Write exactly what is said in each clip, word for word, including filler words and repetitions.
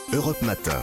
Europe Matin.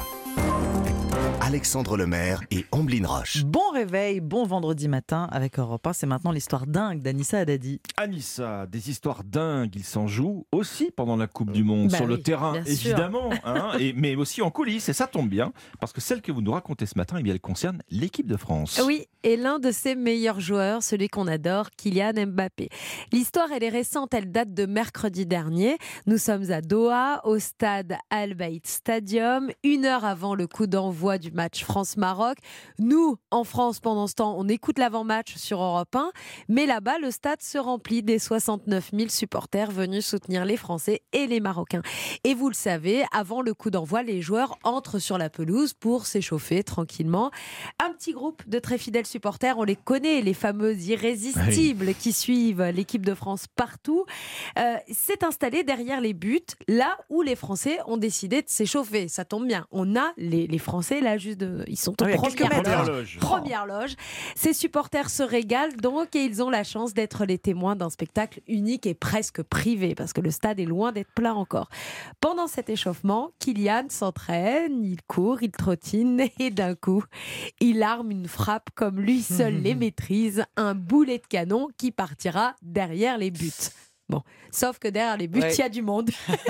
Alexandre Lemaire et Amblin Roche. Bon réveil, bon vendredi matin avec Europe un. C'est maintenant l'histoire dingue d'Anissa Haddadi. Anissa, des histoires dingues, il s'en joue aussi pendant la Coupe du Monde, bah sur oui, le terrain bien évidemment, hein, et, mais aussi en coulisses, et ça tombe bien, parce que celle que vous nous racontez ce matin, eh bien, elle concerne l'équipe de France. Oui, et l'un de ses meilleurs joueurs, celui qu'on adore, Kylian Mbappé. L'histoire, elle est récente, elle date de mercredi dernier. Nous sommes à Doha, au stade Al Bayt Stadium, une heure avant le coup d'envoi du match France-Maroc. Nous, en France, pendant ce temps, on écoute l'avant-match sur Europe un, mais là-bas, le stade se remplit des soixante-neuf mille supporters venus soutenir les Français et les Marocains. Et vous le savez, avant le coup d'envoi, les joueurs entrent sur la pelouse pour s'échauffer tranquillement. Un petit groupe de très fidèles supporters, on les connaît, les fameux irrésistibles oui. qui suivent l'équipe de France partout, euh, s'est installé derrière les buts, là où les Français ont décidé de s'échauffer. Ça tombe bien, on a les, les Français là, juste de, ils sont aux oui, premières loges. loge. Première loge. Ces supporters se régalent donc et ils ont la chance d'être les témoins d'un spectacle unique et presque privé, parce que le stade est loin d'être plein encore. Pendant cet échauffement, Kylian s'entraîne, il court, il trottine et d'un coup, il arme une frappe comme lui seul les maîtrise, un boulet de canon qui partira derrière les buts. Bon, sauf que derrière les buts, il ouais. y a du monde.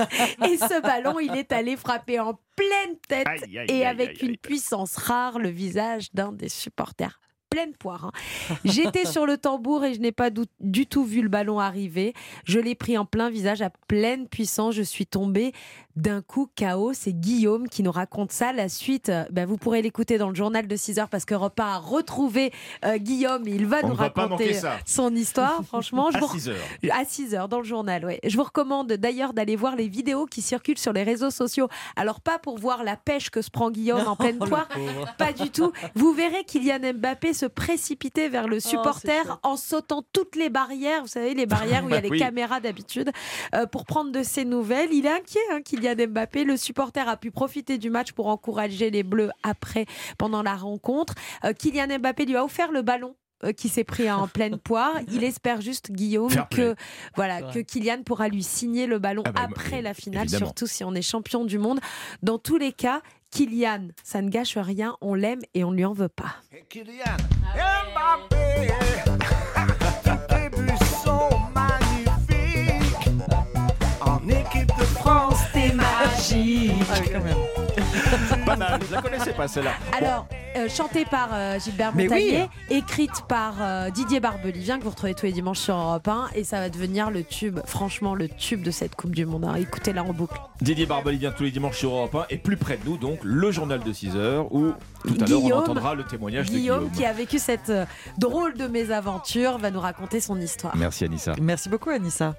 Et ce ballon, il est allé frapper en pleine tête aïe, aïe, et aïe, avec aïe, une aïe. puissance rare, le visage d'un des supporters. Pleine poire. Hein. J'étais sur le tambour et je n'ai pas du, du tout vu le ballon arriver. Je l'ai pris en plein visage à pleine puissance. Je suis tombée d'un coup K O. C'est Guillaume qui nous raconte ça. La suite, ben vous pourrez l'écouter dans le journal de six heures parce qu'Europe un a retrouvé euh, Guillaume et il va On nous va raconter son histoire. Franchement, je à vous... six heures. À six heures dans le journal, ouais. Je vous recommande d'ailleurs d'aller voir les vidéos qui circulent sur les réseaux sociaux. Alors pas pour voir la pêche que se prend Guillaume en pleine poire, pas du tout. Vous verrez Kylian Mbappé se précipiter vers le supporter oh, en sautant toutes les barrières, vous savez, les barrières où il y a les oui. caméras d'habitude, euh, pour prendre de ses nouvelles. Il est inquiet, hein, Kylian Mbappé. Le supporter a pu profiter du match pour encourager les Bleus après, pendant la rencontre. Euh, Kylian Mbappé lui a offert le ballon euh, qui s'est pris en pleine poire. Il espère juste, Guillaume, que, voilà, que Kylian pourra lui signer le ballon ah bah, après la finale, évidemment. Surtout si on est champion du monde. Dans tous les cas, Kylian, ça ne gâche rien, on l'aime et on ne lui en veut pas. Hey, Kylian Mbappé, tes buts sont magnifiques. En équipe de France, t'es magique. Ah oui, quand même. Pas mal, je la connaissais pas celle-là. Alors, euh, chantée par euh, Gilbert Montagnier, oui. écrite par euh, Didier Barbelivien, que vous retrouvez tous les dimanches sur Europe un, et ça va devenir le tube, franchement le tube de cette Coupe du Monde. Hein. Écoutez-la en boucle. Didier Barbelivien tous les dimanches sur Europe un, et plus près de nous donc, le journal de six heures, où tout à l'heure on entendra le témoignage Guillaume, de Guillaume. Qui a vécu cette euh, drôle de mésaventure, va nous raconter son histoire. Merci Anissa. Merci beaucoup Anissa.